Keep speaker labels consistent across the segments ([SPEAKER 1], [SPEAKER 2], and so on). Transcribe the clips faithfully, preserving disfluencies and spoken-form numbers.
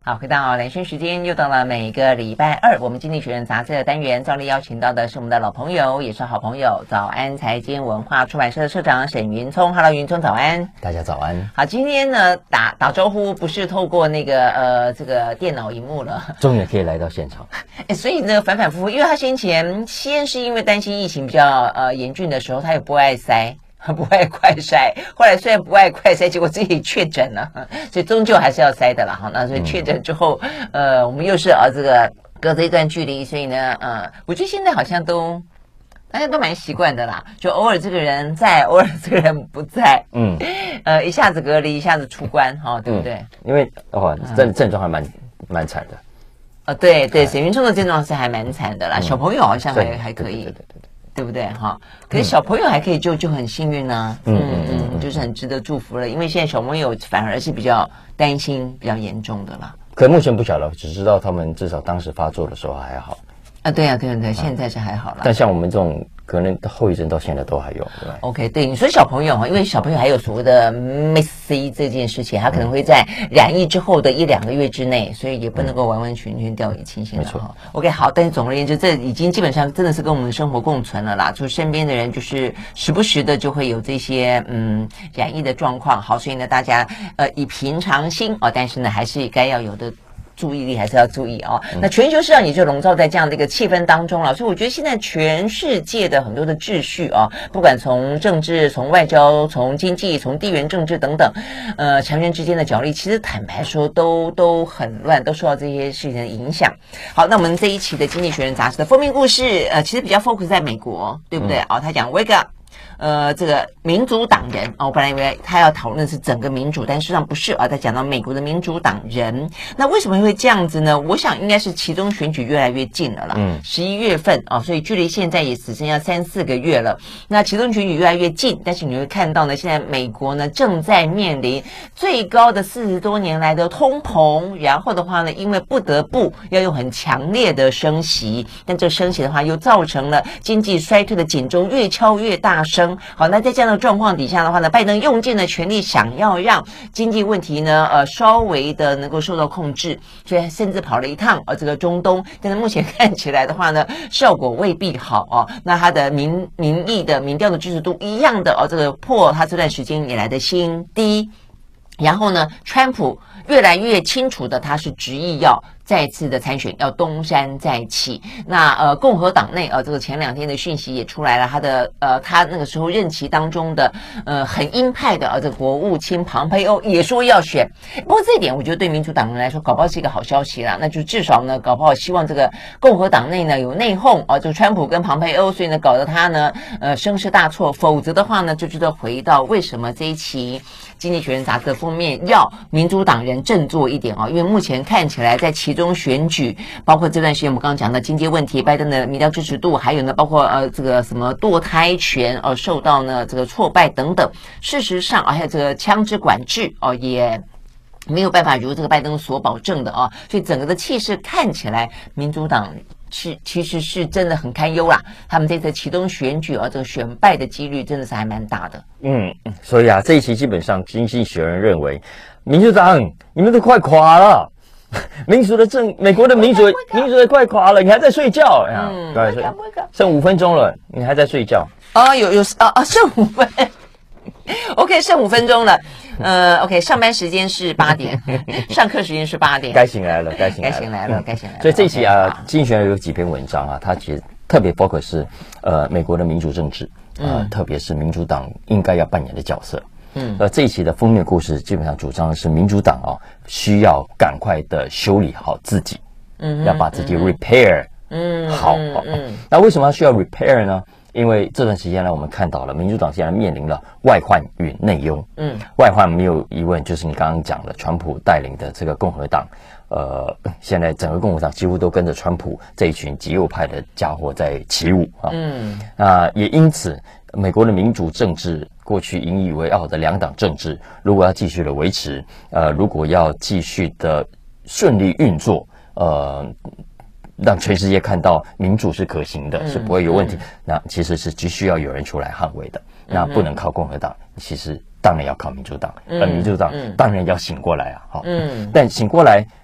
[SPEAKER 1] 好，回到蓝轩时间，又到了每个礼拜二，我们经济学人杂志的单元，照例邀请到的是我们的老朋友，也是好朋友，早安财经文化出版社的社长沈云聪。Hello， 云聪，早安。
[SPEAKER 2] 大家早安。
[SPEAKER 1] 好，今天呢打打招呼不是透过那个呃这个电脑荧幕了，
[SPEAKER 2] 终于可以来到现场。
[SPEAKER 1] 哎，所以呢反反复复，因为他先前先是因为担心疫情比较呃严峻的时候，他也不爱塞。不爱快筛，后来虽然不爱快筛，结果自己确诊了，所以终究还是要筛的啦。好，那所以确诊之后，呃，我们又是啊这个隔着一段距离，所以呢，呃，我觉得现在好像都大家都蛮习惯的啦，就偶尔这个人在，偶尔这个人不在，嗯，呃，一下子隔离，一下子出关，哈、哦，对不对？
[SPEAKER 2] 嗯、因为哦，症症状还蛮蛮惨的。
[SPEAKER 1] 呃，对对，沈云聪的症状是还蛮惨的啦，嗯、小朋友好像还还可以。对对对对对。对不对哈？可是小朋友还可以救，就很幸运呢、啊。嗯嗯嗯，就是很值得祝福了。因为现在小朋友反而是比较担心、比较严重的啦。
[SPEAKER 2] 可目前不晓得，只知道他们至少当时发作的时候还好。
[SPEAKER 1] 啊，对啊，对对对，现在是还好啦。
[SPEAKER 2] 但像我们这种可能后遗症到现在都还有，对吧
[SPEAKER 1] ？OK， 对，你说小朋友哈，因为小朋友还有所谓的 M I S C 这件事情，他可能会在染疫之后的一两个月之内，所以也不能够完完全全掉以轻心了哈。OK， 好，但是总而言之，这已经基本上真的是跟我们的生活共存了啦。就是身边的人，就是时不时的就会有这些嗯染疫的状况。好，所以呢，大家呃以平常心哦，但是呢，还是该要有的。注意力还是要注意哦。那全球市场也就笼罩在这样的一个气氛当中了，所以我觉得现在全世界的很多的秩序啊，不管从政治、从外交、从经济、从地缘政治等等，呃，成员之间的角力，其实坦白说都都很乱，都受到这些事情的影响。好，那我们这一期的《经济学人》杂志的封面故事，呃，其实比较 focus 在美国，对不对？哦，他讲 Wake up。呃，这个民主党人哦，我本来以为他要讨论的是整个民主，但事实上不是啊。他讲到美国的民主党人，那为什么会这样子呢？我想应该是其中选举越来越近了啦，嗯，十一月份啊，所以距离现在也只剩下三四个月了。那其中选举越来越近，但是你会看到呢，现在美国呢正在面临最高的四十多年来的通膨，然后的话呢，因为不得不要用很强烈的升息，但这升息的话又造成了经济衰退的警钟越敲越大声。好，那在这样的状况底下的话呢，拜登用尽了全力，想要让经济问题呢，呃，稍微的能够受到控制，所以甚至跑了一趟呃这个中东，但是目前看起来的话呢，效果未必好哦。那他的民民意的民调的支持度一样的哦，这个破他这段时间以来的新低。然后呢，川普越来越清楚的，他是执意要再次的参选，要东山再起。那呃，共和党内呃，这个前两天的讯息也出来了，他的呃，他那个时候任期当中的呃很鹰派的呃，这个国务卿庞培欧也说要选。不过这一点，我觉得对民主党人来说，搞不好是一个好消息啦。那就至少呢，搞不好希望这个共和党内呢有内讧啊，就川普跟庞培欧，所以呢搞得他呢呃声势大挫。否则的话呢，就值得回到为什么这一期《经济学人》杂志的封面要民主党人振作一点啊，因为目前看起来在其中选举，包括这段时间我们刚刚讲的经济问题，拜登的民调支持度，还有呢包括呃这个什么堕胎权呃受到呢这个挫败等等。事实上啊，还有这个枪支管制哦、呃、也没有办法如这个拜登所保证的啊，所以整个的气势看起来民主党是其实是真的很堪忧啦，他们这次启动选举啊，这个选败的几率真的是还蛮大的。
[SPEAKER 2] 嗯，所以啊，这一期基本上经济学人认为，民主党你们都快垮了，民主的政美国的民主民主的快垮了，你还在睡觉？嗯，对，剩五分钟了，你还在睡觉？
[SPEAKER 1] 啊，有有啊啊，剩五分。OK， 剩五分钟了。呃 ，OK， 上班时间是八点，上课时间是八点，
[SPEAKER 2] 该醒来了，该醒来了，
[SPEAKER 1] 该醒来了，该醒来了。
[SPEAKER 2] 所以这一期啊，经济学人有几篇文章啊，它其实特别 focus 是呃美国的民主政治，呃，特别是民主党应该要扮演的角色。嗯，呃，这一期的封面故事基本上主张的是民主党啊，需要赶快的修理好自己，嗯，要把自己 repair，嗯，好，嗯，那为什么要需要 repair 呢？因为这段时间呢，我们看到了民主党现在面临了外患与内忧。嗯，外患没有疑问，就是你刚刚讲的，川普带领的这个共和党，呃，现在整个共和党几乎都跟着川普这一群极右派的家伙在起舞啊。嗯，啊，也因此，美国的民主政治过去引以为傲的两党政治，如果要继续的维持，呃，如果要继续的顺利运作，呃。让全世界看到民主是可行的，嗯、是不会有问题。嗯、那其实是只需要有人出来捍卫的。嗯、那不能靠共和党，其实当然要靠民主党。嗯、而民主党当然要醒过来啊！好，嗯，但醒过来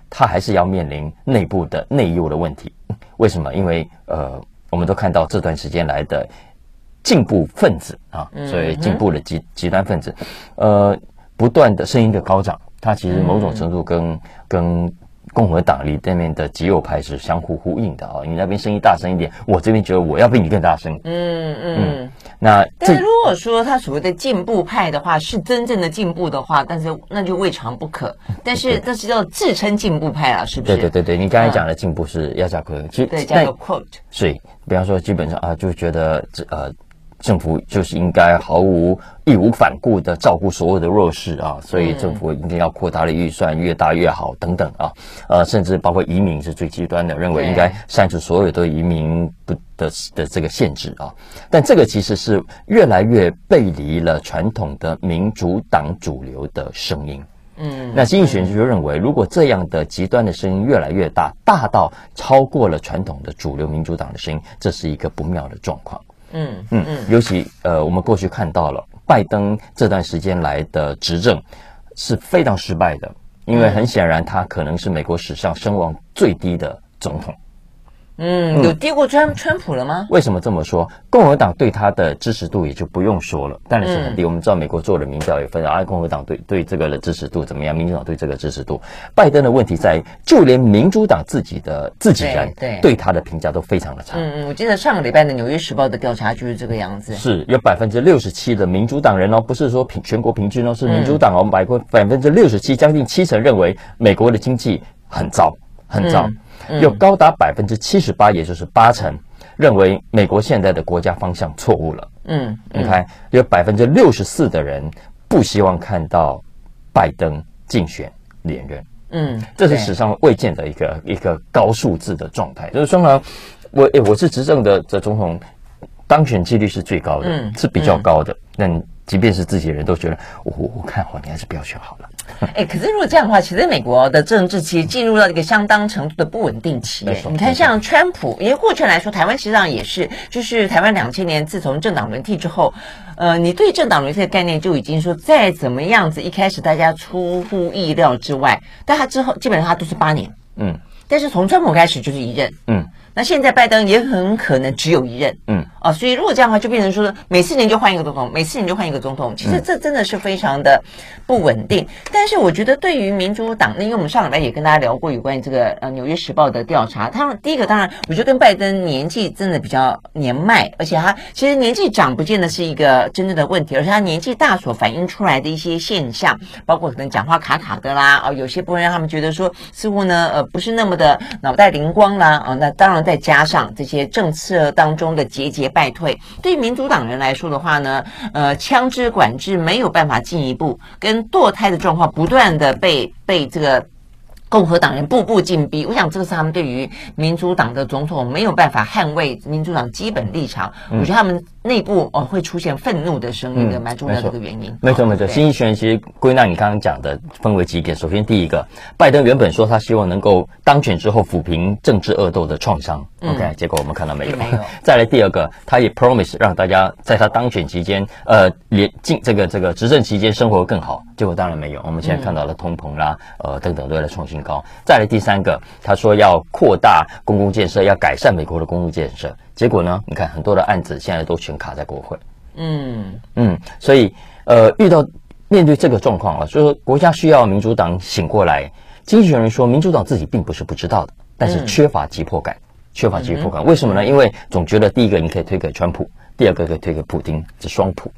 [SPEAKER 2] 他还是要面临内部的内忧的问题。为什么？因为呃，我们都看到这段时间来的进步分子啊，所以进步的极极端分子，呃，不断的声音的高涨，它其实某种程度跟、嗯、跟共和党里面的极右派是相互呼应的啊。你那边声音大声一点，我这边觉得我要比你更大声。嗯
[SPEAKER 1] 嗯。嗯
[SPEAKER 2] 那
[SPEAKER 1] 但是如果说他所谓的进步派的话，是真正的进步的话，但是那就未尝不可。但是这是叫自称进步派啊，是不是？
[SPEAKER 2] 对对对对，你刚才讲的进步是要加个，
[SPEAKER 1] 其实对加个 quote。
[SPEAKER 2] 所以，比方说，基本上啊，就觉得呃。政府就是应该毫无义无反顾的照顾所有的弱势啊，所以政府一定要扩大的预算，越大越好等等啊，呃，甚至包括移民是最极端的，认为应该删除所有的移民不的的这个限制啊。但这个其实是越来越背离了传统的民主党主流的声音。嗯，那经济学就认为，如果这样的极端的声音越来越大，大到超过了传统的主流民主党的声音，这是一个不妙的状况。嗯嗯嗯，尤其呃，我们过去看到了拜登这段时间来的执政是非常失败的，因为很显然他可能是美国史上声望最低的总统。
[SPEAKER 1] 嗯，有低过川川普了吗？
[SPEAKER 2] 为什么这么说？共和党对他的支持度也就不用说了，当然是很低。嗯、我们知道美国做的民调也分啊，共和党对对这个的支持度怎么样，民主党对这个支持度。拜登的问题在于，就连民主党自己的自己人 对, 对, 对他的评价都非常的差。
[SPEAKER 1] 嗯嗯，我记得上个礼拜的《纽约时报》的调查就是这个样子，
[SPEAKER 2] 是有百分之六十七的民主党人哦，不是说平全国平均哦，是民主党哦，百分百分之六十七，将近七成认为美国的经济很糟很糟。嗯有高达百分之七十八，也就是八成认为美国现在的国家方向错误了。嗯，你看，有百分之六十四的人不希望看到拜登竞选连任。嗯，这是史上未见的一个一个高数字的状态。就是说呢，我诶我是执政的这总统，当选几率是最高的，嗯、是比较高的。但、嗯、即便是自己人都觉得，我我看好你还是不要选好了。
[SPEAKER 1] 哎，可是如果这样的话，其实美国的政治其实进入到一个相当程度的不稳定期。你看，像川普，因为过去来说，台湾实际上也是，就是台湾两千年自从政党轮替之后，呃，你对政党轮替的概念就已经说，再怎么样子，一开始大家出乎意料之外，但他之后基本上他都是八年，嗯，但是从川普开始就是一任，嗯。那现在拜登也很可能只有一任，嗯啊，所以如果这样的话，就变成说每四年就换一个总统，每四年就换一个总统，其实这真的是非常的不稳定。但是我觉得对于民主党，那因为我们上礼拜也跟大家聊过有关于这个呃《纽约时报》的调查，他们第一个当然，我觉得跟拜登年纪真的比较年迈，而且他其实年纪长不见得是一个真正的问题，而且他年纪大所反映出来的一些现象，包括可能讲话卡卡的啦，啊，有些部分让他们觉得说似乎呢呃不是那么的脑袋灵光啦，啊，那当然。再加上这些政策当中的节节败退，对于民主党人来说的话呢，呃，枪支管制没有办法进一步，跟堕胎的状况不断的被被这个共和党人步步进逼，我想这个是他们对于民主党的总统没有办法捍卫民主党基本立场，嗯、我觉得他们内部哦会出现愤怒的声音的蛮重要的一个原因。
[SPEAKER 2] 没错没错，经济学人其实归纳你刚刚讲的分为几点。首先第一个，拜登原本说他希望能够当选之后抚平政治恶斗的创伤、嗯、，OK， 结果我们看到没有。没有再来第二个，他也 promise 让大家在他当选期间，呃，连进这个这个执政期间生活更好，结果当然没有。我们现在看到了通膨啦，嗯、呃等等都在创新高。再来第三个，他说要扩大公共建设，要改善美国的公共建设。结果呢？你看很多的案子现在都全卡在国会。嗯嗯，所以呃，遇到面对这个状况啊，所以说国家需要民主党醒过来。经济学人说，民主党自己并不是不知道的，但是缺乏急迫感，嗯、缺乏急迫感。为什么呢？因为总觉得第一个你可以推给川普，第二个可以推给普丁，这双普。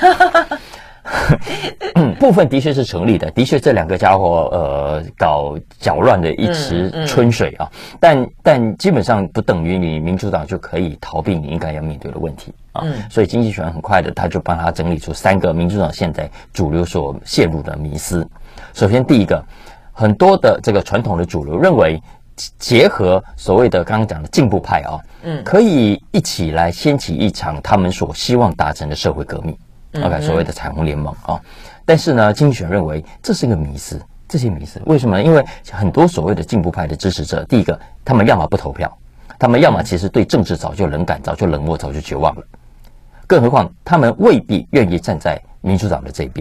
[SPEAKER 2] 嗯，部分的确是成立的，的确这两个家伙呃搞搅乱的一池春水啊，嗯嗯、但但基本上不等于你民主党就可以逃避你应该要面对的问题啊。嗯、所以经济学人很快的他就帮他整理出三个民主党现在主流所陷入的迷思。首先第一个，很多的这个传统的主流认为，结合所谓的刚刚讲的进步派啊，嗯，可以一起来掀起一场他们所希望达成的社会革命。OK， 所谓的彩虹联盟啊，但是呢，经济学认为这是一个迷思，这些迷思为什么呢？因为很多所谓的进步派的支持者，第一个，他们要么不投票，他们要么其实对政治早就冷感、早就冷漠、早就绝望了，更何况他们未必愿意站在民主党的这一边。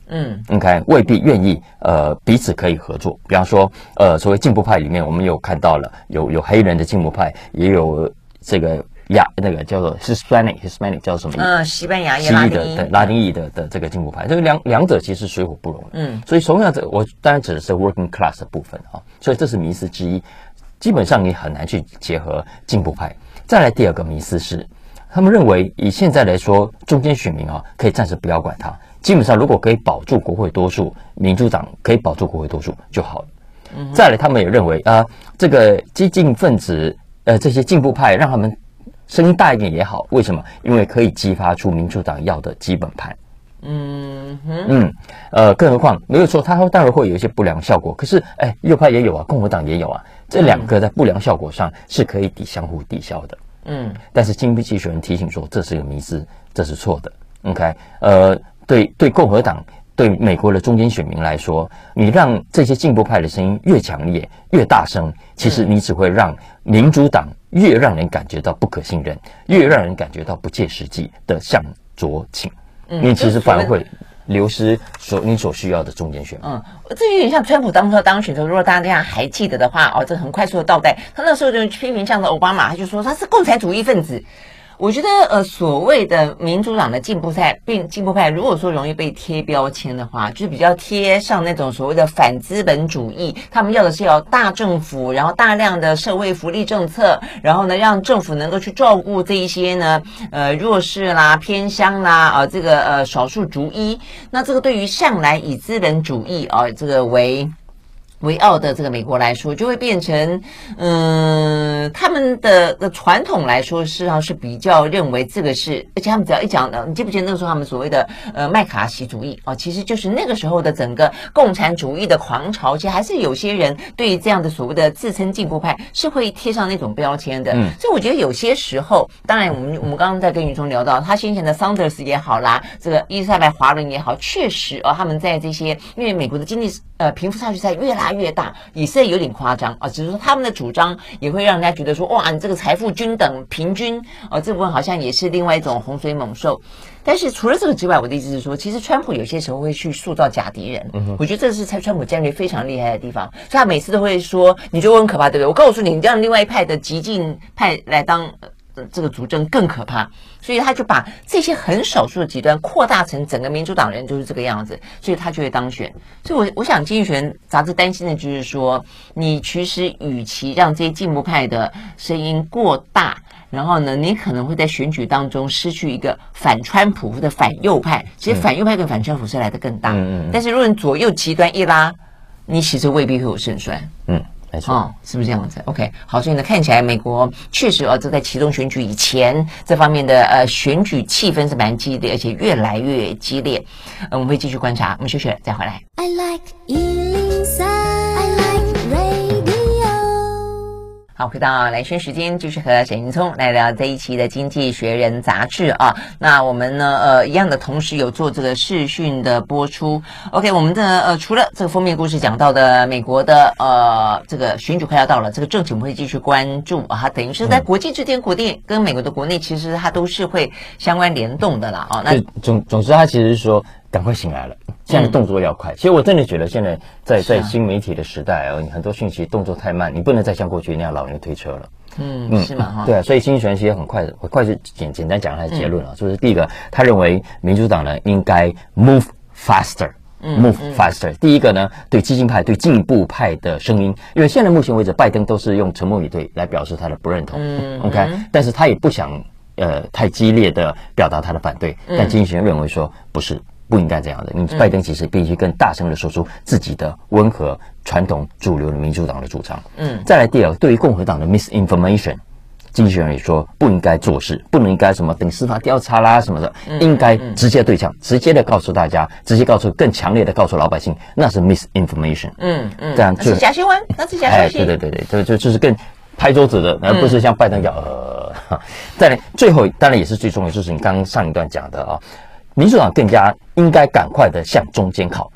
[SPEAKER 2] 嗯 ，OK， 未必愿意呃彼此可以合作。比方说，呃，所谓进步派里面，我们有看到了有有黑人的进步派，也有这个亚那个叫做 Hispanic Hispanic 叫什么？
[SPEAKER 1] 嗯，西班牙裔、
[SPEAKER 2] 西裔的对拉丁裔的的这个进步派，这个两两者其实水火不容。嗯，所以同样这我当然指的是 working class 的部分啊，所以这是迷思之一。基本上你很难去结合进步派。再来第二个迷思是，他们认为以现在来说，中间选民啊可以暂时不要管他，基本上如果可以保住国会多数，民主党可以保住国会多数就好了。嗯、再来，他们也认为啊、呃，这个激进分子呃这些进步派让他们声音大一点也好，为什么？因为可以激发出民主党要的基本盘。嗯嗯，呃，更何况没有说它当然会有一些不良效果，可是哎，右派也有啊，共和党也有啊，这两个在不良效果上是可以抵相互抵消的。嗯，但是经济学人提醒说这是个迷思，这是错的。OK， 呃，对对，共和党对美国的中间选民来说，你让这些进步派的声音越强烈、越大声，其实你只会让民主党越让人感觉到不可信任，越让人感觉到不切实际的向左倾。你其实反而会流失所你所需要的中间选民。嗯，
[SPEAKER 1] 这有点像川普当初当选的时候，如果大家还记得的话，哦，这很快速的倒带，他那时候就批评像是奥巴马，他就说他是共产主义分子。我觉得呃，所谓的民主党的进步派，并进步派，如果说容易被贴标签的话，就是比较贴上那种所谓的反资本主义，他们要的是要大政府，然后大量的社会福利政策，然后呢，让政府能够去照顾这一些呢，呃，弱势啦、偏乡啦，啊、呃，这个呃少数族裔。那这个对于向来以资本主义啊、呃，这个为为傲的这个美国来说，就会变成，嗯，他们的的传统来说，事实上是比较认为这个是，而且他们只要一讲的，你记不记得那个时候他们所谓的呃麦卡锡主义啊，其实就是那个时候的整个共产主义的狂潮，其实还是有些人对于这样的所谓的自称进步派是会贴上那种标签的。嗯，所以我觉得有些时候，当然我们我们刚刚在跟宇聪聊到，他先前的 Sanders 也好啦，这个伊丽莎白华伦也好，确实啊，他们在这些因为美国的经济呃贫富差距在越来越大，以色列有点夸张啊，只是说他们的主张也会让人家觉得说，哇，你这个财富均等平均啊，这部分好像也是另外一种洪水猛兽。但是除了这个之外，我的意思是说，其实川普有些时候会去塑造假敌人，嗯、我觉得这是川普战略非常厉害的地方，所以他每次都会说，你觉得我很可怕，对不对？我告诉你，你让另外一派的激进派来当。呃、这个主政更可怕，所以他就把这些很少数的极端扩大成整个民主党人就是这个样子，所以他就会当选。所以我我想经济学杂志担心的就是说，你其实与其让这些进步派的声音过大，然后呢，你可能会在选举当中失去一个反川普或者反右派，其实反右派跟反川普是来得更大，嗯嗯，但是如果你左右极端一拉，你其实未必会有胜算，嗯。
[SPEAKER 2] 没错、哦，
[SPEAKER 1] 是不是这样子 ？OK， 好，所以呢，看起来美国确实哦，这在启动选举以前，这方面的呃选举气氛是蛮激烈，而且越来越激烈。呃，我们会继续观察，我们休息了再回来。I like 一零三 I like radio。好，回到蓝轩时间，继续和沈云聪来聊这一期的《经济学人》杂志啊。那我们呢，呃，一样的，同时有做这个视讯的播出。OK， 我们的呃，除了这个封面故事讲到的美国的呃这个选举快要到了，这个政治我们会继续关注啊。它等于是在国际之间，国内跟美国的国内其实它都是会相关联动的啦。哦，那
[SPEAKER 2] 总总之，它其实是说赶快醒来了。现在动作要快，嗯、其实我真的觉得现在在在新媒体的时代啊，很多讯息动作太慢，你不能再像过去那样老人推车了。
[SPEAKER 1] 嗯，嗯是吗？哈，
[SPEAKER 2] 对啊，所以经济学人其实很快，很快就简简单讲他的结论啊，嗯、就是第一个，他认为民主党呢应该 move faster。move faster、嗯嗯。第一个呢，对激进派、对进步派的声音，因为现在目前为止，拜登都是用沉默以对来表示他的不认同。嗯 ，OK，、嗯、但是他也不想呃太激烈的表达他的反对，嗯、但经济学人认为说不是。不应该这样的，你拜登其实必须更大声的说出自己的温和、传统、主流的民主党的主张。嗯，再来第二，对于共和党的 misinformation， 经济学人也说不应该做事，不能应该什么等司法调查啦什么的，嗯、应该直接对枪，直接的告诉大家，直接告诉更强烈的告诉老百姓，那是 misinformation。嗯嗯，这样
[SPEAKER 1] 就那是假新闻，那是假消息。
[SPEAKER 2] 哎，对对对对，就就就是更拍桌子的，而不是像拜登讲呃。再来，最后当然也是最重要，就是你刚刚上一段讲的啊。民主党更加应该赶快的向中间靠，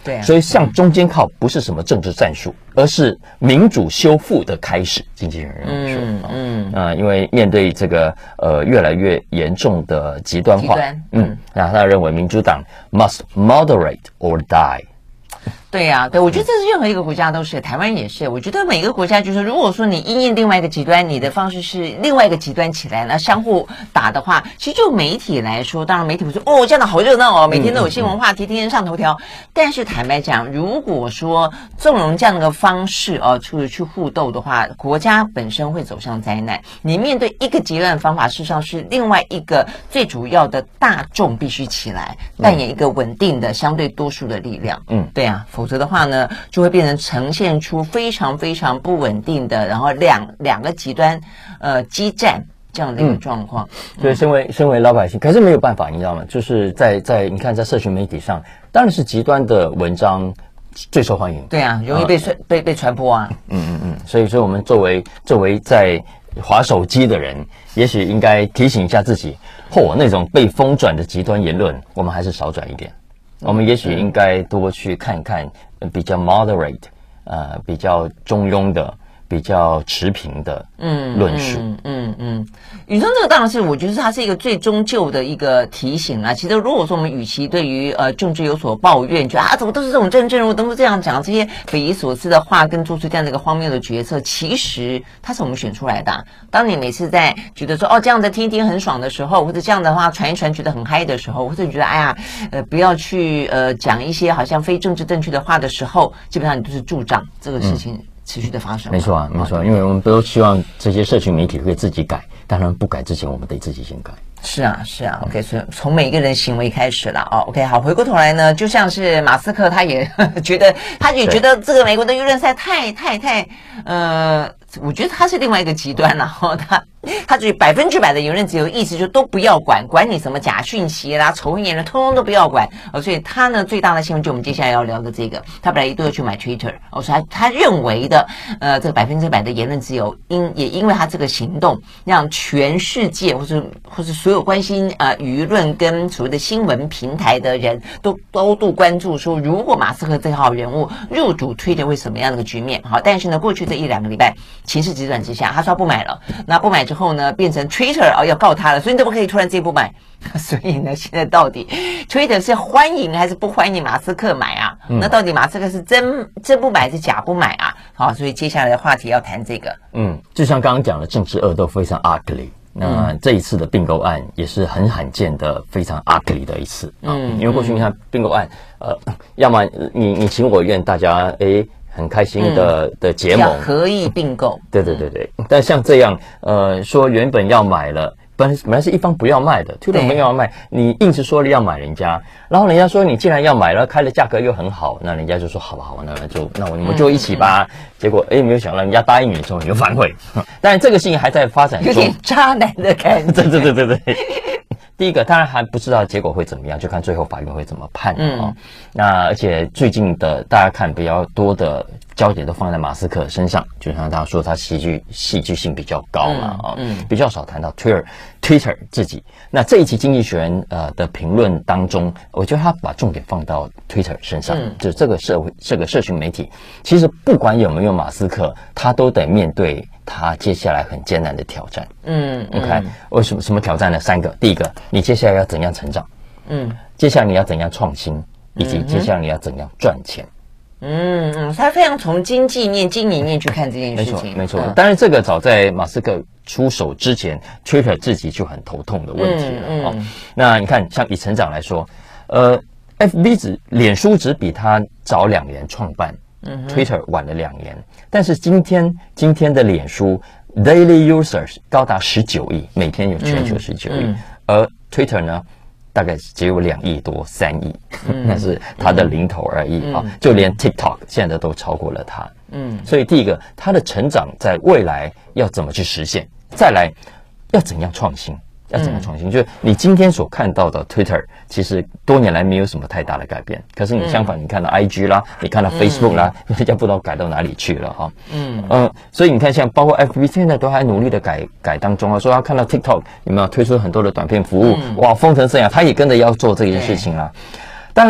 [SPEAKER 1] 对啊，
[SPEAKER 2] 所以向中间靠不是什么政治战术，而是民主修复的开始。经济人认为说，嗯嗯啊、呃，因为面对这个呃越来越严重的极端化，端嗯，那他认为民主党 must moderate or die。
[SPEAKER 1] 对呀、啊，对，我觉得这是任何一个国家都是，台湾也是。我觉得每个国家就是，如果说你因应另外一个极端，你的方式是另外一个极端起来，那相互打的话，其实就媒体来说，当然媒体会说哦，这样的好热闹哦，每天都有新闻话题，天天上头条。但是坦白讲，如果说纵容这样的个方式哦，去去互斗的话，国家本身会走向灾难。你面对一个极端的方法，事实上是另外一个最主要的大众必须起来，扮演一个稳定的相对多数的力量。嗯，对啊，否则的话呢，就会变成呈现出非常非常不稳定的，然后两两个极端呃激战这样的一个状况。
[SPEAKER 2] 嗯、所以，身为身为老百姓，可是没有办法，你知道吗？就是在在你看，在社群媒体上，当然是极端的文章最受欢迎。
[SPEAKER 1] 对啊，容易被传、呃、被被传播啊。
[SPEAKER 2] 嗯嗯嗯。所以说，我们作为作为在滑手机的人，也许应该提醒一下自己，嚯、哦，那种被疯转的极端言论，我们还是少转一点。我们也许应该多去看看比较 moderate 呃比较中庸的比较持平的论述。
[SPEAKER 1] 嗯嗯嗯，宇中这个当然是我觉得它是一个最终究的一个提醒啊。其实如果说我们与其对于呃政治有所抱怨，觉得啊怎么都是这种政治人物都是这样讲这些匪夷所思的话，跟做出这样的一个荒谬的决策，其实它是我们选出来的、啊。当你每次在觉得说哦这样的听一听很爽的时候，或者这样的话传一传觉得很嗨的时候，或者你觉得哎呀呃不要去呃讲一些好像非政治正确的话的时候，基本上你都是助长这个事情、嗯持续的发生。
[SPEAKER 2] 没错啊，没错，因为我们都希望这些社群媒体可以自己改，当然不改之前，我们得自己先改。
[SPEAKER 1] 是啊，是啊 ，OK， 所以从每一个人行为开始了哦 ，OK， 好，回过头来呢，就像是马斯克，他也呵呵觉得，他也觉得这个美国的舆论实在太太太，呃，我觉得他是另外一个极端了，然后他。他就百分之百的言论自由，意思就都不要管，管你什么假讯息啦、仇恨言论，通通都不要管。哦，所以他呢最大的新闻就我们接下来要聊的这个，他本来一度要去买 Twitter， 哦，所以他他认为的呃这个百分之百的言论自由，因也因为他这个行动，让全世界或是或是所有关心呃舆论跟所谓的新闻平台的人都高度关注说，如果马斯克这号人物入主 Twitter 会什么样的一个局面？好，但是呢，过去这一两个礼拜情势急转直下，他说他不买了，那不买之后。后呢，变成 Twitter 哦要告他了，所以你怎么可以突然这一步买？所以呢，现在到底 Twitter 是欢迎还是不欢迎马斯克买啊？嗯、那到底马斯克是真真不买还是假不买啊？好，所以接下来的话题要谈这个。
[SPEAKER 2] 嗯，就像刚刚讲的，政治恶斗非常 ugly。那这一次的并购案也是很罕见的非常 ugly 的一次啊、嗯，因为过去你看并购案，呃，要么你你情我愿，大家诶。很开心的、嗯、的结盟，
[SPEAKER 1] 合意并购。
[SPEAKER 2] 对对对对，但像这样，呃，说原本要买了，本本来是一方不要卖的，推特没有要卖，你硬是说了要买人家，然后人家说你既然要买了，开的价格又很好，那人家就说好吧好吧，那就那我们就一起吧。嗯嗯、结果哎，没有想到人家答应你之后你就反悔，但是这个事情还在发展中，
[SPEAKER 1] 有点渣男的感觉。
[SPEAKER 2] 对对对对对。第一个当然还不知道结果会怎么样，就看最后法院会怎么判啊、嗯哦。那而且最近的大家看比较多的焦点都放在马斯克身上，就像他说他戏剧戏剧性比较高嘛啊、嗯嗯，比较少谈到 Twitter Twitter 自己。那这一期《经济学人》呃的评论当中，我觉得他把重点放到 Twitter 身上，嗯、就这个社会这个社群媒体，其实不管有没有马斯克，他都得面对他接下来很艰难的挑战。嗯 ，OK， 为什么什么挑战呢？三个，第一个，你接下来要怎样成长？嗯，接下来你要怎样创新，以及接下来你要怎样赚钱？
[SPEAKER 1] 嗯嗯，他非常从经济面、经营面去看这件事情。
[SPEAKER 2] 没错，没错。嗯、当然，这个早在马斯克出手之前 ，Twitter 自己就很头痛的问题了。嗯嗯、哦，那你看，像以成长来说，呃 ，F B 只脸书只比他早两年创办。嗯、Twitter 晚了两年，但是今天今天的脸书 daily users 高达十九亿，每天有全球十九亿，嗯、而 Twitter 呢，大概只有两亿多、三亿，嗯、那是它的零头而已啊、嗯！就连 TikTok 现在都超过了它。嗯，所以第一个，它的成长在未来要怎么去实现？再来，要怎样创新？要怎么创新？嗯、就是你今天所看到的 Twitter， 其实多年来没有什么太大的改变。可是你相反，你看到 I G 啦，嗯、你看到 Facebook 啦，人、嗯、家不知道改到哪里去了哈。嗯呃，所以你看，像包括 F B 现在都还努力的改改当中啊。说要看到 TikTok 有没有推出很多的短片服务，嗯、哇，风腾生涯，他也跟着要做这件事情啦。当然，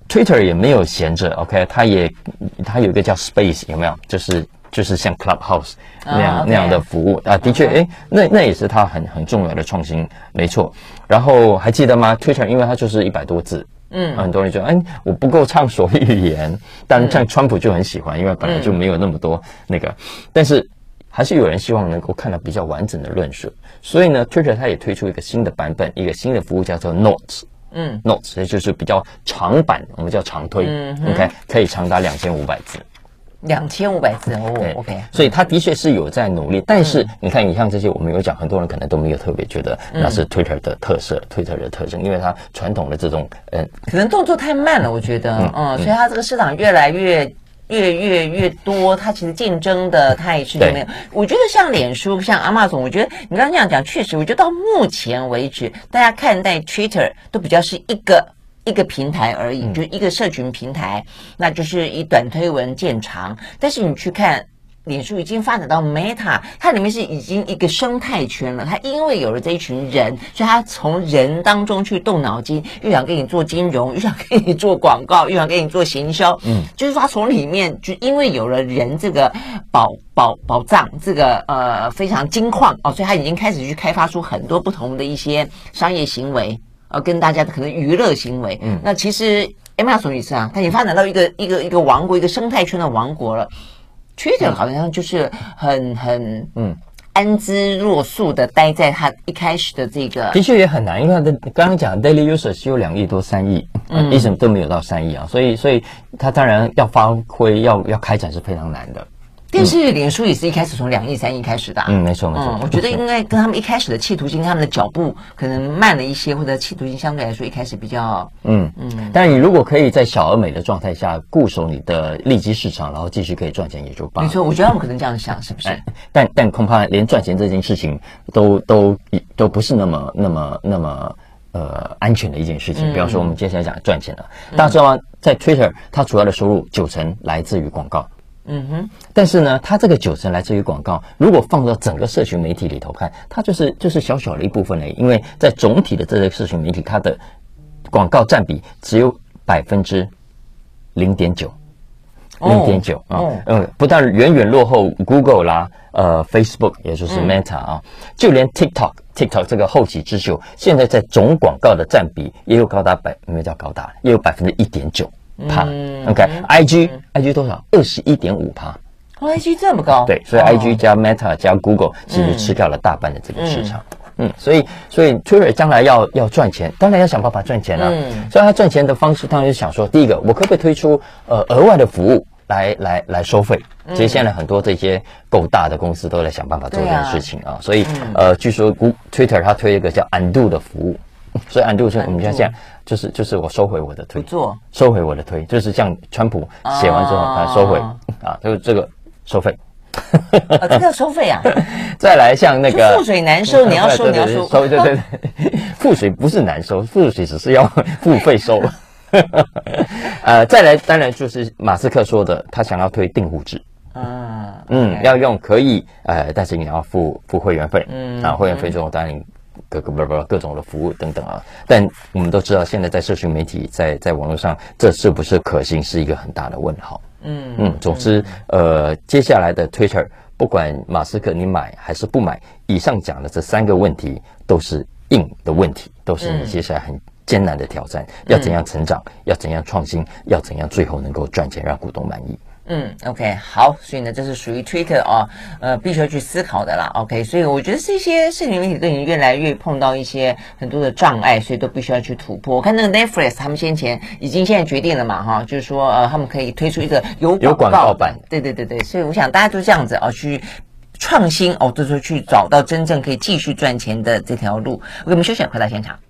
[SPEAKER 2] Twitter 也没有闲着 ，OK， 它也它有一个叫 Space， 有没有？就是就是像 Clubhouse 那样、oh, okay. 那样的服务啊，的确，哎，那那也是它很很重要的创新，没错。然后还记得吗 ？Twitter 因为它就是一百多字。嗯，很多人觉得，哎，我不够畅所欲言，但像川普就很喜欢，因为本来就没有那么多那个，但是还是有人希望能够看到比较完整的论述，所以呢 ，Twitter 它也推出一个新的版本，一个新的服务叫做 Notes， 嗯 ，Notes 也就是比较长版，我们叫长推、嗯、，OK， 可以长达两千五百字。
[SPEAKER 1] 两千五百字哦 ，OK，
[SPEAKER 2] 所以他的确是有在努力，但是你看，你像这些我们有讲，很多人可能都没有特别觉得那是 Twitter 的特色、嗯、，Twitter 的特征，因为它传统的这种嗯，
[SPEAKER 1] 可能动作太慢了，我觉得，嗯，嗯所以它这个市场越来越。越越越多，它其实竞争的态势就没有。我觉得像脸书、像 Amazon， 我觉得你刚刚这样讲，确实，我觉得到目前为止，大家看待 Twitter 都比较是一个一个平台而已，嗯、就是一个社群平台，那就是以短推文见长。但是你去看。脸书已经发展到 Meta， 它里面是已经一个生态圈了。它因为有了这一群人，所以它从人当中去动脑筋，又想给你做金融，又想给你做广告，又想给你做行销。嗯，就是说它从里面就因为有了人这个宝宝宝藏，这个呃非常金矿哦，所以它已经开始去开发出很多不同的一些商业行为，呃，跟大家的可能娱乐行为。嗯，那其实 Amazon 也是啊，它已经发展到一个一个一个王国，一个生态圈的王国了。Twitter 好像就是很很嗯安之若素的待在他一开始的这个，
[SPEAKER 2] 的确也很难，因为他的刚刚讲 daily user 是有两亿多三亿，嗯，一直都没有到三亿啊，所以所以他当然要发挥要要开展是非常难的。
[SPEAKER 1] 但是脸书也是一开始从两亿三亿开始的、啊，
[SPEAKER 2] 嗯，没错没错、嗯。
[SPEAKER 1] 我觉得应该跟他们一开始的企图心，他们的脚步可能慢了一些，或者企图心相对来说一开始比较，嗯
[SPEAKER 2] 嗯。但你如果可以在小而美的状态下固守你的利基市场，然后继续可以赚钱，也就棒了。
[SPEAKER 1] 没错，我觉得他们可能这样想，是不是？哎、
[SPEAKER 2] 但但恐怕连赚钱这件事情都都都不是那么那么那么呃安全的一件事情。嗯、比方说，我们接下来讲赚钱了，大家知道吗？在 Twitter， 它主要的收入九成来自于广告。嗯哼，但是呢，它这个九成来自于广告，如果放到整个社群媒体里头看，它就是就是小小的一部分而已，因为在总体的这个社群媒体，它的广告占比只有百分之零点九，零点九啊，嗯，不但远远落后 Google 啦，呃 ，Facebook 也就是 Meta 啊，嗯、就连 TikTok TikTok 这个后起之秀，现在在总广告的占比也有高达百，没有叫高达，也有百分之一点九。帕、嗯、，OK，I G、嗯、I G 多少？二十一点五帕。
[SPEAKER 1] 哦 ，I G 这么高？
[SPEAKER 2] 对，所以 I G 加 Meta 加 Google 其实吃掉了大半的这个市场。嗯，嗯所以所以 Twitter 将来要要赚钱，当然要想办法赚钱了、啊。嗯，所以他赚钱的方式，当然是想说，第一个，我可不可以推出呃额外的服务来来来收费？其实现在很多这些够大的公司都在想办法做这件事情啊。啊所以、嗯、呃，据说 Twitter 它推一个叫 Undo 的服务。所以 undo 是我们现在这样，就是就是我收回我的推，
[SPEAKER 1] 不做，
[SPEAKER 2] 收回我的推，就是像川普写完之后他收回、哦、啊，就是这个收费，
[SPEAKER 1] 哦，这个要收费啊。
[SPEAKER 2] 再来像那个
[SPEAKER 1] 覆水难收，你要收你要收，
[SPEAKER 2] 收对对对，覆水不是难收，覆水只是要付费收。呃，再来当然就是马斯克说的，他想要推订户制。嗯嗯， okay. 要用可以，呃，但是你要付付会员费，嗯啊，会员费之后当然。各个不不各种的服务等等啊，但我们都知道，现在在社群媒体，在在网络上，这是不是可行，是一个很大的问号。嗯嗯，总之，呃，接下来的 Twitter， 不管马斯克你买还是不买，以上讲的这三个问题都是硬的问题，都是你接下来很艰难的挑战，嗯、要怎样成长，要怎样创新，要怎样最后能够赚钱，让股东满意。
[SPEAKER 1] 嗯 ，OK， 好，所以呢，这是属于 Twitter 哦，呃，必须要去思考的啦 ，OK， 所以我觉得这些社群媒体都已经越来越碰到一些很多的障碍，所以都必须要去突破。我看那个 Netflix 他们先前已经现在决定了嘛，哈，就是说呃，他们可以推出一个有
[SPEAKER 2] 有广告版，
[SPEAKER 1] 对对对对，所以我想大家都这样子哦，去创新哦，都是去找到真正可以继续赚钱的这条路。我们休息，回到现场。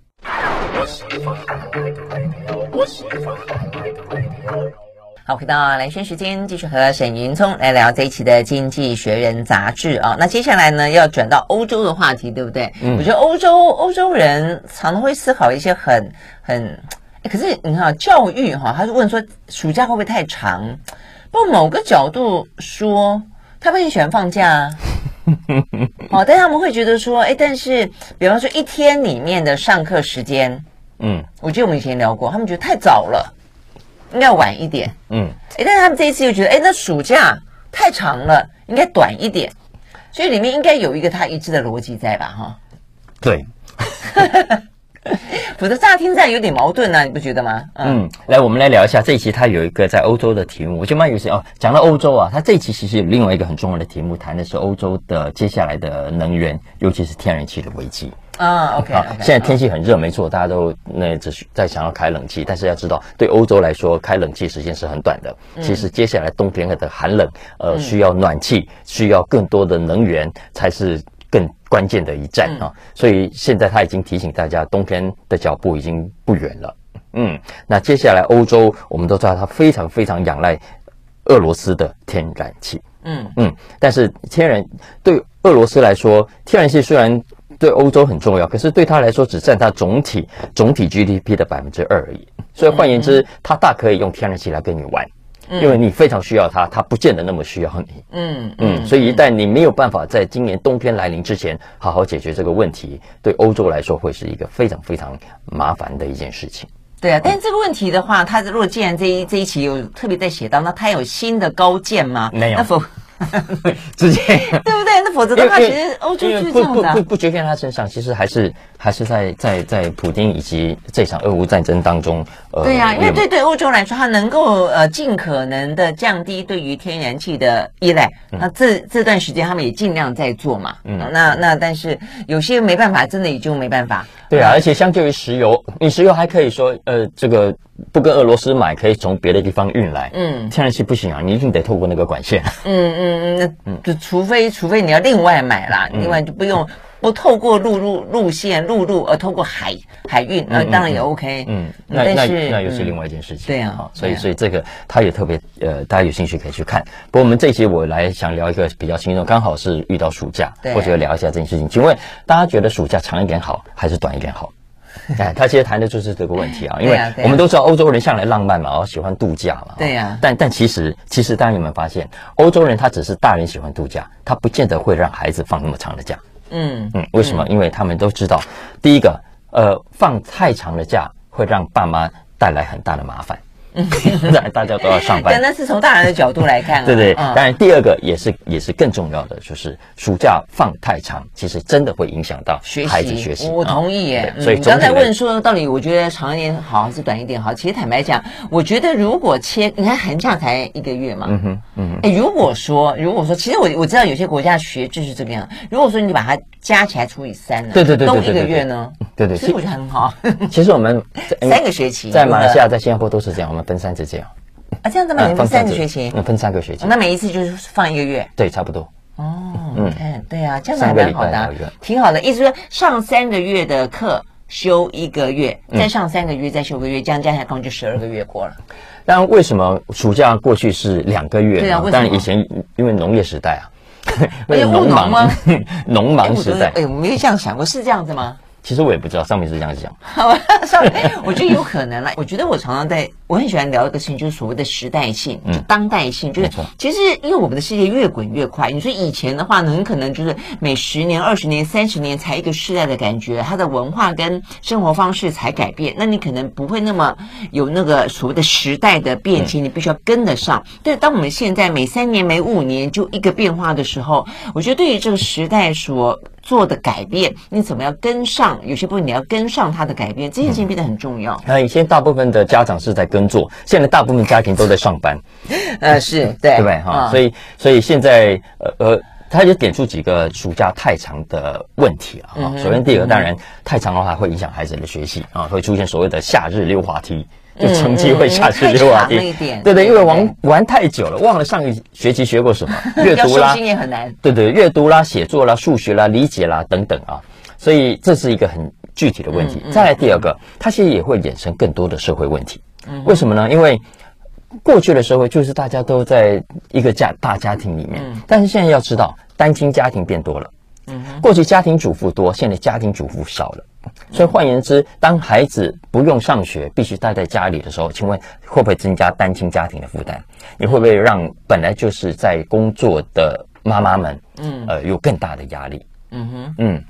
[SPEAKER 1] 好，回到蓝轩时间，继续和沈云聪来聊这一期的《经济学人》杂志啊。那接下来呢，要转到欧洲的话题，对不对？嗯，我觉得欧洲欧洲人常常会思考一些很很，可是你看教育哈，他就问说暑假会不会太长？不过某个角度说，他们很喜欢放假啊。好，但他们会觉得说，哎，但是比方说一天里面的上课时间，嗯，我记得我们以前聊过，他们觉得太早了。 应该晚一点。嗯，哎，但是他们这一次又觉得，哎，那暑假太长了，应该短一点，所以里面应该有一个他一致的逻辑在吧？哈，
[SPEAKER 2] 对。
[SPEAKER 1] 否则乍听这样有点矛盾呢、啊，你不觉得吗？
[SPEAKER 2] 嗯, 嗯，来，我们来聊一下这一期，它有一个在欧洲的题目，我觉得蛮有意思哦。讲到欧洲啊，它这一期其实有另外一个很重要的题目，谈的是欧洲的接下来的能源，尤其是天然气的危机。
[SPEAKER 1] 啊 ，OK，, okay
[SPEAKER 2] 现在天气很热，没错，大家都那只在想要开冷气，但是要知道，对欧洲来说，开冷气时间是很短的。嗯、其实接下来冬天的寒冷，呃，嗯、需要暖气，需要更多的能源，才是更关键的一战啊。嗯、所以现在他已经提醒大家，冬天的脚步已经不远了。嗯，那接下来欧洲，我们都知道，它非常非常仰赖俄罗斯的天然气。嗯嗯，但是天然对俄罗斯来说，天然气虽然对欧洲很重要，可是对他来说只占他总体总体 G D P 的百分之二而已。所以换言之，他大可以用天然气来跟你玩，嗯、因为你非常需要它，它不见得那么需要你。嗯嗯，所以一旦你没有办法在今年冬天来临之前好好解决这个问题，对欧洲来说会是一个非常非常麻烦的一件事情。
[SPEAKER 1] 对啊，但是这个问题的话，他如果既然这一这一期有特别在写到，那他有新的高见吗？
[SPEAKER 2] 没有，
[SPEAKER 1] 那否
[SPEAKER 2] 直接
[SPEAKER 1] 对不对？那否则的话，其实欧洲就是这样的、啊，
[SPEAKER 2] 不不不局限在他身上，其实还是还是在在在普丁以及这场俄乌战争当中，
[SPEAKER 1] 呃，对呀、啊，因为对对欧洲来说，它能够呃尽可能的降低对于天然气的依赖，嗯、那这这段时间他们也尽量在做嘛，嗯，那那但是有些没办法，真的也就没办法。
[SPEAKER 2] 对啊，而且相对于石油，你石油还可以说，呃，这个不跟俄罗斯买，可以从别的地方运来。嗯，天然气不行啊，你一定得透过那个管线。
[SPEAKER 1] 嗯嗯嗯，那就除非除非你要另外买啦，嗯、另外就不用不透过陆路路线陆路，而透过海海运，那、嗯、当然也 OK。嗯，
[SPEAKER 2] 那但是 那, 那又是另外一件事情。
[SPEAKER 1] 嗯、对啊，
[SPEAKER 2] 所以所以这个他也特别呃，大家有兴趣可以去看。不过我们这一期我来想聊一个比较轻松，刚好是遇到暑假，或者聊一下这件事情。请问大家觉得暑假长一点好，还是短一点好？哎，他其实谈的就是这个问题啊，因为我们都知道欧洲人向来浪漫嘛，然后喜欢度假嘛。
[SPEAKER 1] 对呀、啊。
[SPEAKER 2] 但但其实其实大家有没有发现，欧洲人他只是大人喜欢度假，他不见得会让孩子放那么长的假。嗯嗯，为什么？嗯、因为他们都知道，第一个，呃，放太长的假会让爸妈带来很大的麻烦。大家都要上班，
[SPEAKER 1] 但那是从大人的角度来看、啊，
[SPEAKER 2] 对对。当然，第二个也是也是更重要的，就是暑假放太长，其实真的会影响到孩子学习。
[SPEAKER 1] 我同意耶。
[SPEAKER 2] 嗯、所以
[SPEAKER 1] 你刚才问说，到底我觉得长一点好还是短一点好？其实坦白讲，我觉得如果切，你看寒假才一个月嘛，嗯哼，嗯哼。哎，如果说如果说，其实我我知道有些国家学制是这个样，如果说你把它加起来除以三呢，
[SPEAKER 2] 对对对，
[SPEAKER 1] 都一个月呢，
[SPEAKER 2] 对对，
[SPEAKER 1] 其实我觉得很好。
[SPEAKER 2] 其实我们
[SPEAKER 1] 三个学期，
[SPEAKER 2] 在马来西亚、在新加坡都是这样，我们分三次这样。
[SPEAKER 1] 啊，这样子嘛，你们分三个学期，
[SPEAKER 2] 嗯，分三个学期，
[SPEAKER 1] 那每一次就是放一个月，
[SPEAKER 2] 对，差不多。
[SPEAKER 1] 哦，你看，对啊，这样子还蛮好的、啊，挺好的。意思说上三个月的课，休一个月，再上三个月，再休个月，这样加起来共就十二个月过了。
[SPEAKER 2] 当然，为什么暑假过去是两个月？
[SPEAKER 1] 对啊，
[SPEAKER 2] 当然以前因为农业时代啊，
[SPEAKER 1] 哎呦，农忙吗？
[SPEAKER 2] 农忙时代，
[SPEAKER 1] 哎，我没有这样想过，是这样子吗？
[SPEAKER 2] 其实我也不知道，上面是这样讲。
[SPEAKER 1] 好吧，上面我觉得有可能啦。我觉得我常常在，我很喜欢聊一个事情，就是所谓的时代性，就当代性。就是其实因为我们的世界越滚越快，你说以前的话呢，很可能就是每十年、二十年、三十年才一个世代的感觉，它的文化跟生活方式才改变。那你可能不会那么有那个所谓的时代的变迁，你必须要跟得上。但当我们现在每三年、每五年就一个变化的时候，我觉得对于这个时代所做的改变，你怎么样跟上？有些部分你要跟上它的改变，这件事情变得很重要。
[SPEAKER 2] 那以前大部分的家长是在耕作，现在大部分家庭都在上班。
[SPEAKER 1] 呃，是对，
[SPEAKER 2] 对不对哈？嗯、所以，所以现在呃呃，他就点出几个暑假太长的问题啊。嗯、首先，第一个当然太长的话会影响孩子的学习啊，会出现所谓的夏日溜滑梯。就成绩会下去溜滑梯，对对，因为玩玩太久了，忘了上一学期学过什么，阅读啦，
[SPEAKER 1] 也很难，
[SPEAKER 2] 对对，阅读啦、写作啦、数学啦、理解啦等等啊，所以这是一个很具体的问题。再来第二个，它其实也会衍生更多的社会问题。为什么呢？因为过去的社会就是大家都在一个家大家庭里面，但是现在要知道，单亲家庭变多了。过去家庭主妇多，现在家庭主妇少了。所以换言之，当孩子不用上学，必须待在家里的时候，请问会不会增加单亲家庭的负担？你会不会让本来就是在工作的妈妈们，嗯，呃，有更大的压力？嗯哼，嗯，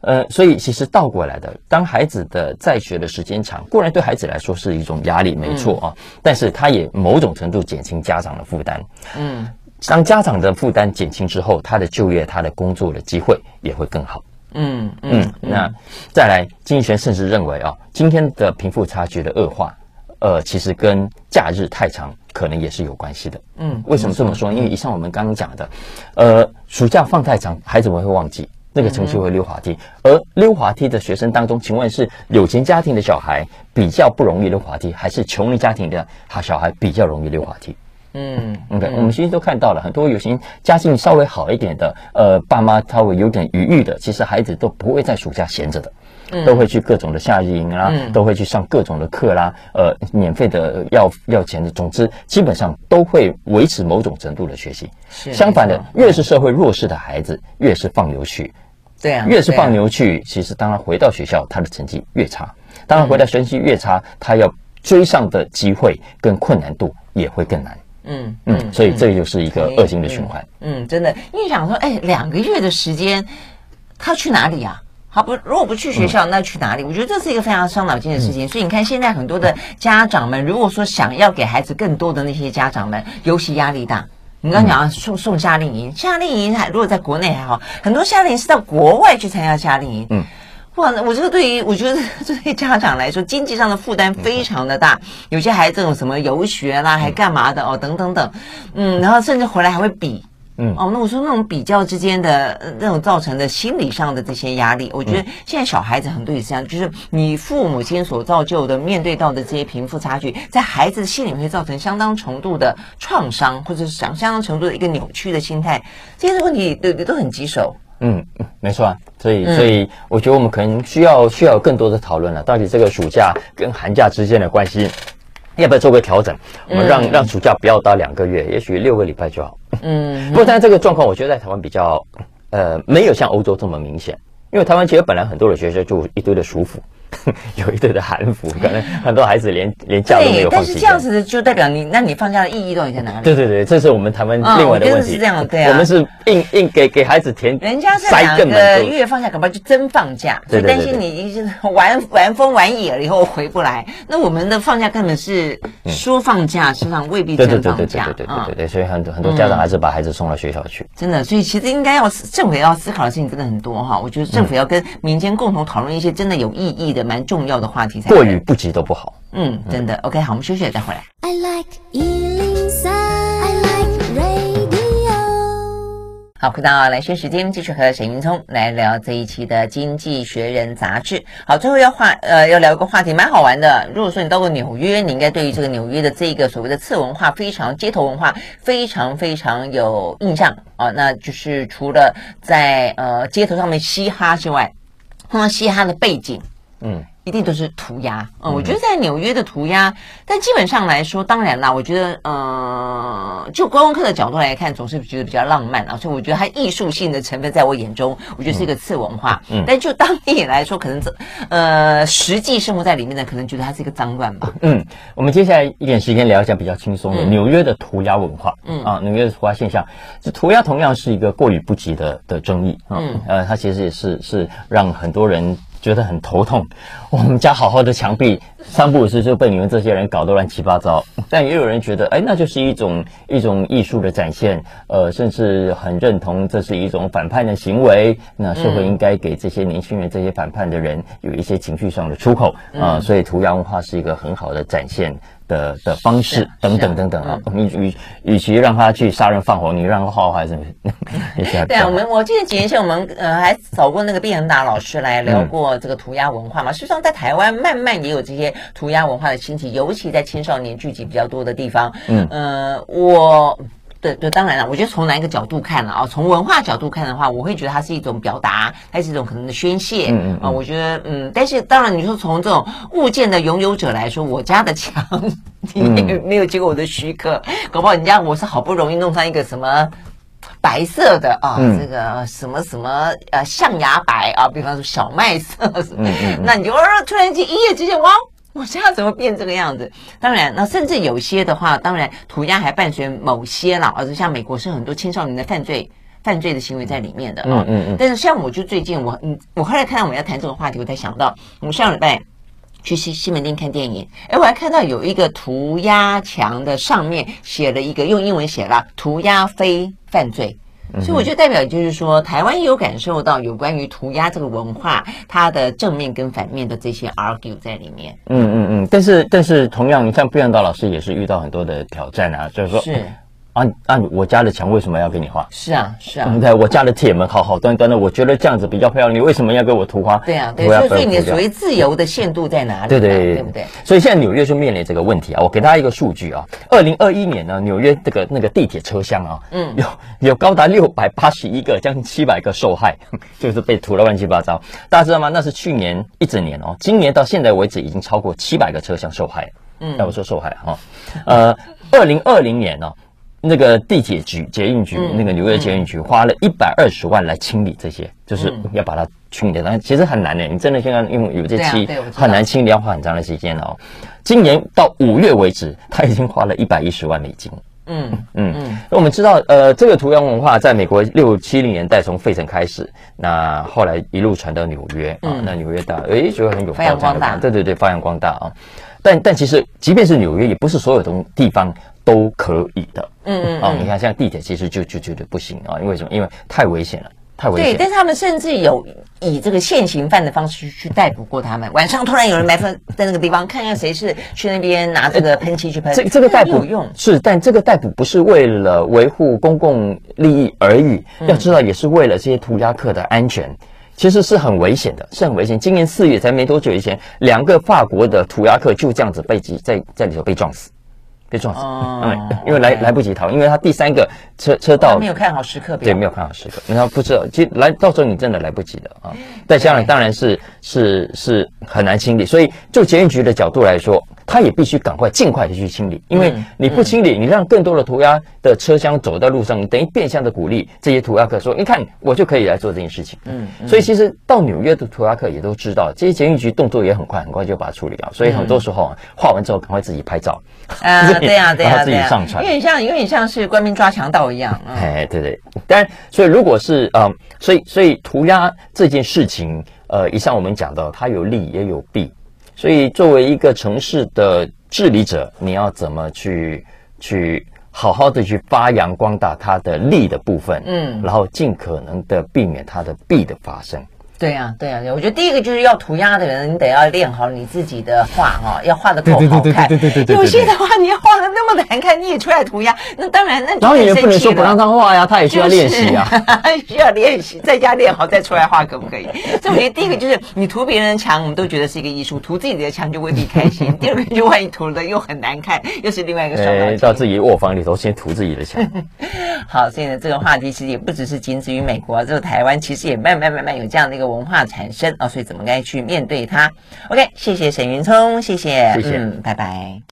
[SPEAKER 2] 呃，所以其实倒过来的，当孩子的在学的时间长，固然对孩子来说是一种压力，没错啊，嗯、但是他也某种程度减轻家长的负担。嗯，当家长的负担减轻之后，他的就业、他的工作的机会也会更好。嗯 嗯, 嗯，那再来，经济学甚至认为啊，今天的贫富差距的恶化，呃，其实跟假日太长可能也是有关系的。嗯，为什么这么说？因为以上我们刚刚讲的，呃，暑假放太长，孩子们会忘记。那个成绩会溜滑梯，而溜滑梯的学生当中，请问是有钱家庭的小孩比较不容易溜滑梯，还是穷人家庭的他小孩比较容易溜滑梯？嗯 ，OK，、嗯、我们其实都看到了很多有些家境稍微好一点的，呃，爸妈稍微有点余裕的，其实孩子都不会在暑假闲着的。都会去各种的夏日营啦、嗯，都会去上各种的课啦，呃，免费的要要钱的，总之基本上都会维持某种程度的学习。相反的，越是社会弱势的孩子，越是放牛去。对啊，越是放牛去，啊、其实当他回到学校，他的成绩越差。当他回到成绩越差，他要追上的机会跟困难度也会更难。嗯嗯，所以这就是一个恶性的循环。
[SPEAKER 1] 嗯，嗯真的，因为想说，哎，两个月的时间，他去哪里啊？好不，如果不去学校，那去哪里？我觉得这是一个非常伤脑筋的事情。所以你看，现在很多的家长们，如果说想要给孩子更多的那些家长们，尤其压力大。你刚刚讲送送夏令营，夏令营还如果在国内还好，很多夏令营是到国外去参加夏令营。嗯，哇，我这个对于我觉得这对家长来说，经济上的负担非常的大。有些孩子这种什么游学啦，还干嘛的哦，等等等，嗯，然后甚至回来还会比。嗯，哦，那我说那种比较之间的、呃、那种造成的心理上的这些压力，我觉得现在小孩子很多也是这样，就是你父母亲所造就的面对到的这些贫富差距，在孩子的心里会造成相当程度的创伤，或者是相相当程度的一个扭曲的心态，这些问题都都很棘手。
[SPEAKER 2] 嗯，没错啊，所以所以我觉得我们可能需要需要更多的讨论了，到底这个暑假跟寒假之间的关系。要不要做个调整？我们让、嗯、让暑假不要到两个月，也许六个礼拜就好。嗯，不过但是这个状况，我觉得在台湾比较，呃，没有像欧洲这么明显，因为台湾其实本来很多的学校就一堆的暑辅。有一堆的韩服，可能很多孩子连连假都没有放。
[SPEAKER 1] 但是这样子就代表你，那你放假的意义到底在哪里？
[SPEAKER 2] 对对对，这是我们台湾另外的问题。
[SPEAKER 1] 哦、是这样，对啊。
[SPEAKER 2] 我们是硬硬给给孩子填，
[SPEAKER 1] 人家是两个月放假，搞不好就真放假，所以担心你玩玩疯玩野了以后回不来。那我们的放假根本是说放假，实际上未必真放假。
[SPEAKER 2] 对对对对对对对对，所以很多很多家长还是把孩子送到学校去。
[SPEAKER 1] 真的，所以其实应该要政府要思考的事情真的很多哈。我觉得政府要跟民间共同讨论一些真的有意义的、蛮重要的话题。
[SPEAKER 2] 过于不及都不好。
[SPEAKER 1] 嗯，真的。OK， 好，我们休息了再回来。I like 一零三 I like radio。好，回到来宣时间，继续和沈云聪来聊这一期的《经济学人》杂志。好，最后要话呃要聊一个话题，蛮好玩的。如果说你到过纽约，你应该对于这个纽约的这个所谓的次文化、非常街头文化非常非常有印象啊。那就是除了在呃街头上面嘻哈之外，碰到嘻哈的背景。嗯，一定都是涂鸦。嗯，我觉得在纽约的涂鸦，但基本上来说，当然啦，我觉得呃，就观光客的角度来看，总是觉得比较浪漫啊，所以我觉得它艺术性的成分在我眼中，我觉得是一个次文化。嗯，但就当地人来说，可能这呃实际生活在里面的，可能觉得它是一个脏乱吧。
[SPEAKER 2] 嗯，我们接下来一点时间聊一下比较轻松的、嗯、纽约的涂鸦文化。嗯啊，纽约的涂鸦现象，这涂鸦同样是一个过于不及的的争议啊。嗯，呃，它其实也是是让很多人觉得很头痛，我们家好好的墙壁三不五时就被你们这些人搞得乱七八糟。但也有人觉得，哎，那就是一种一种艺术的展现，呃，甚至很认同这是一种反叛的行为。那社会应该给这些年轻人、这些反叛的人有一些情绪上的出口啊、呃。所以涂鸦文化是一个很好的展现的的方式，等等等等啊。你与与其让他去杀人放火，你让他画画还是
[SPEAKER 1] 对啊。我们我记得几年前我们呃还找过那个毕恒达老师来聊过这个涂鸦文化嘛。事实上，在台湾慢慢也有这些涂鸦文化的兴起，尤其在青少年聚集比较多的地方。嗯，呃，我。对对，当然了，我觉得从哪一个角度看了啊，从文化角度看的话，我会觉得它是一种表达，它是一种可能的宣泄。嗯嗯啊，我觉得嗯，但是当然你说从这种物件的拥有者来说，我家的墙你没有没有经过我的许可，搞不好人家我是好不容易弄上一个什么白色的啊，嗯、这个什么什么呃象牙白啊，比方说小麦色，嗯嗯嗯那你就、呃、突然间一夜之间哇。我现在怎么变这个样子？当然，那甚至有些的话，当然涂鸦还伴随某些啦，而且像美国是很多青少年的犯罪犯罪的行为在里面的。
[SPEAKER 2] 嗯嗯嗯。
[SPEAKER 1] 但是像我就最近我嗯，我后来看到我们要谈这个话题，我才想到我们上礼拜去西西门町看电影，哎，我还看到有一个涂鸦墙的上面写了一个用英文写了涂鸦非犯罪。所以我就代表就是说，台湾也有感受到有关于涂鸦这个文化，它的正面跟反面的这些 argue 在里面。
[SPEAKER 2] 嗯嗯嗯。但是但是同样，像毕彦道老师也是遇到很多的挑战啊，就是说。
[SPEAKER 1] 是。
[SPEAKER 2] 啊啊！我家的墙为什么要给你画？
[SPEAKER 1] 是啊，是啊。
[SPEAKER 2] 嗯，对，我家的铁门好好端端的，我觉得这样子比较漂亮，你为什么要给我涂花？
[SPEAKER 1] 对啊，对，所以所以你的所谓自由的限度在哪里？
[SPEAKER 2] 对对，
[SPEAKER 1] 对不对？
[SPEAKER 2] 所以现在纽约就面临这个问题啊。我给大家一个数据啊，二零二一年呢，纽约这个那个地铁车厢啊，嗯，有有高达六百八十一个，将近七百个受害，就是被涂了乱七八糟。大家知道吗？那是去年一整年哦，今年到现在为止已经超过七百个车厢受害。嗯，要不说受害哈、哦，呃，二零二零年呢、哦。那个地铁局、捷运局，嗯、那个纽约捷运局花了一百二十万来清理这些，就是要把它清理的。但其实很难的，你真的现在因为有这期很难清理，要花很长的时间哦。今年到五月为止，他已经花了一百一十万美金。嗯嗯嗯。那我们知道，呃，这个涂鸦文化在美国六七零年代从费城开始，那后来一路传到纽约啊，嗯、那纽约大哎觉得很有
[SPEAKER 1] 发扬光大，
[SPEAKER 2] 对对对，发扬光大啊。但但其实，即便是纽约，也不是所有的地方都可以的。嗯嗯啊，你看像地铁，其实就就觉得不行啊，因为什么？因为太危险了，太危险。
[SPEAKER 1] 对，但是他们甚至有以这个现行犯的方式去逮捕过他们。晚上突然有人埋伏在那个地方，看看谁是去那边拿这个喷漆去喷。
[SPEAKER 2] 这这个逮捕
[SPEAKER 1] 有用
[SPEAKER 2] 是，但这个逮捕不是为了维护公共利益而已，嗯、要知道也是为了这些涂鸦客的安全。其实是很危险的，是很危险。今年四月才没多久以前，两个法国的涂鸦客就这样子被在在里头被撞死，被撞死。哦、嗯，因为来来不及逃，因为他第三个车车道
[SPEAKER 1] 没有看好时刻表，
[SPEAKER 2] 对，没有看好时刻，然后不知道，其实来到时候你真的来不及的啊。但将来当然是是是很难清理，所以就捷运局的角度来说，他也必须赶快尽快的去清理，因为你不清理，你让更多的涂鸦的车厢走在路上，你等于变相的鼓励这些涂鸦客说，你看我就可以来做这件事情。嗯，所以其实到纽约的涂鸦客也都知道，这些捷运局动作也很快，很快就把它处理掉。所以很多时候啊，画完之后赶快自己拍照。
[SPEAKER 1] 啊，对呀对呀，
[SPEAKER 2] 自己上传，
[SPEAKER 1] 有点像有点像是官兵抓强盗一样。
[SPEAKER 2] 哎，对对。当然，所以如果是嗯，所以所以涂鸦这件事情，呃，以上我们讲到，它有利也有弊。所以，作为一个城市的治理者，你要怎么去去好好的去发扬光大它的利的部分，嗯，然后尽可能的避免它的弊的发生。
[SPEAKER 1] 对啊，对啊，我觉得第一个就是要涂鸦的人，你得要练好你自己的画哈、哦，要画得够好看。对对对对对。有些的话，你要画得那么难看，你也出来涂鸦，那当然那。
[SPEAKER 2] 然后你也不能说不让他画呀，他也需要练习啊，
[SPEAKER 1] 需要练习，在家练好再出来画，可不可以？所以我觉得第一个就是你涂别人的墙，我们都觉得是一个艺术；涂自己的墙就未必开心。第二个就万一涂的又很难看，又是另外一个伤脑筋。
[SPEAKER 2] 到自己卧房里头先涂自己的墙。
[SPEAKER 1] 好，所以呢，这个话题其实也不只是仅止于美国，这个台湾其实也慢慢慢慢有这样的一个文化产生。哦，所以怎么该去面对它 ？OK， 谢谢沈云聪，谢谢，
[SPEAKER 2] 谢谢，
[SPEAKER 1] 嗯，拜拜。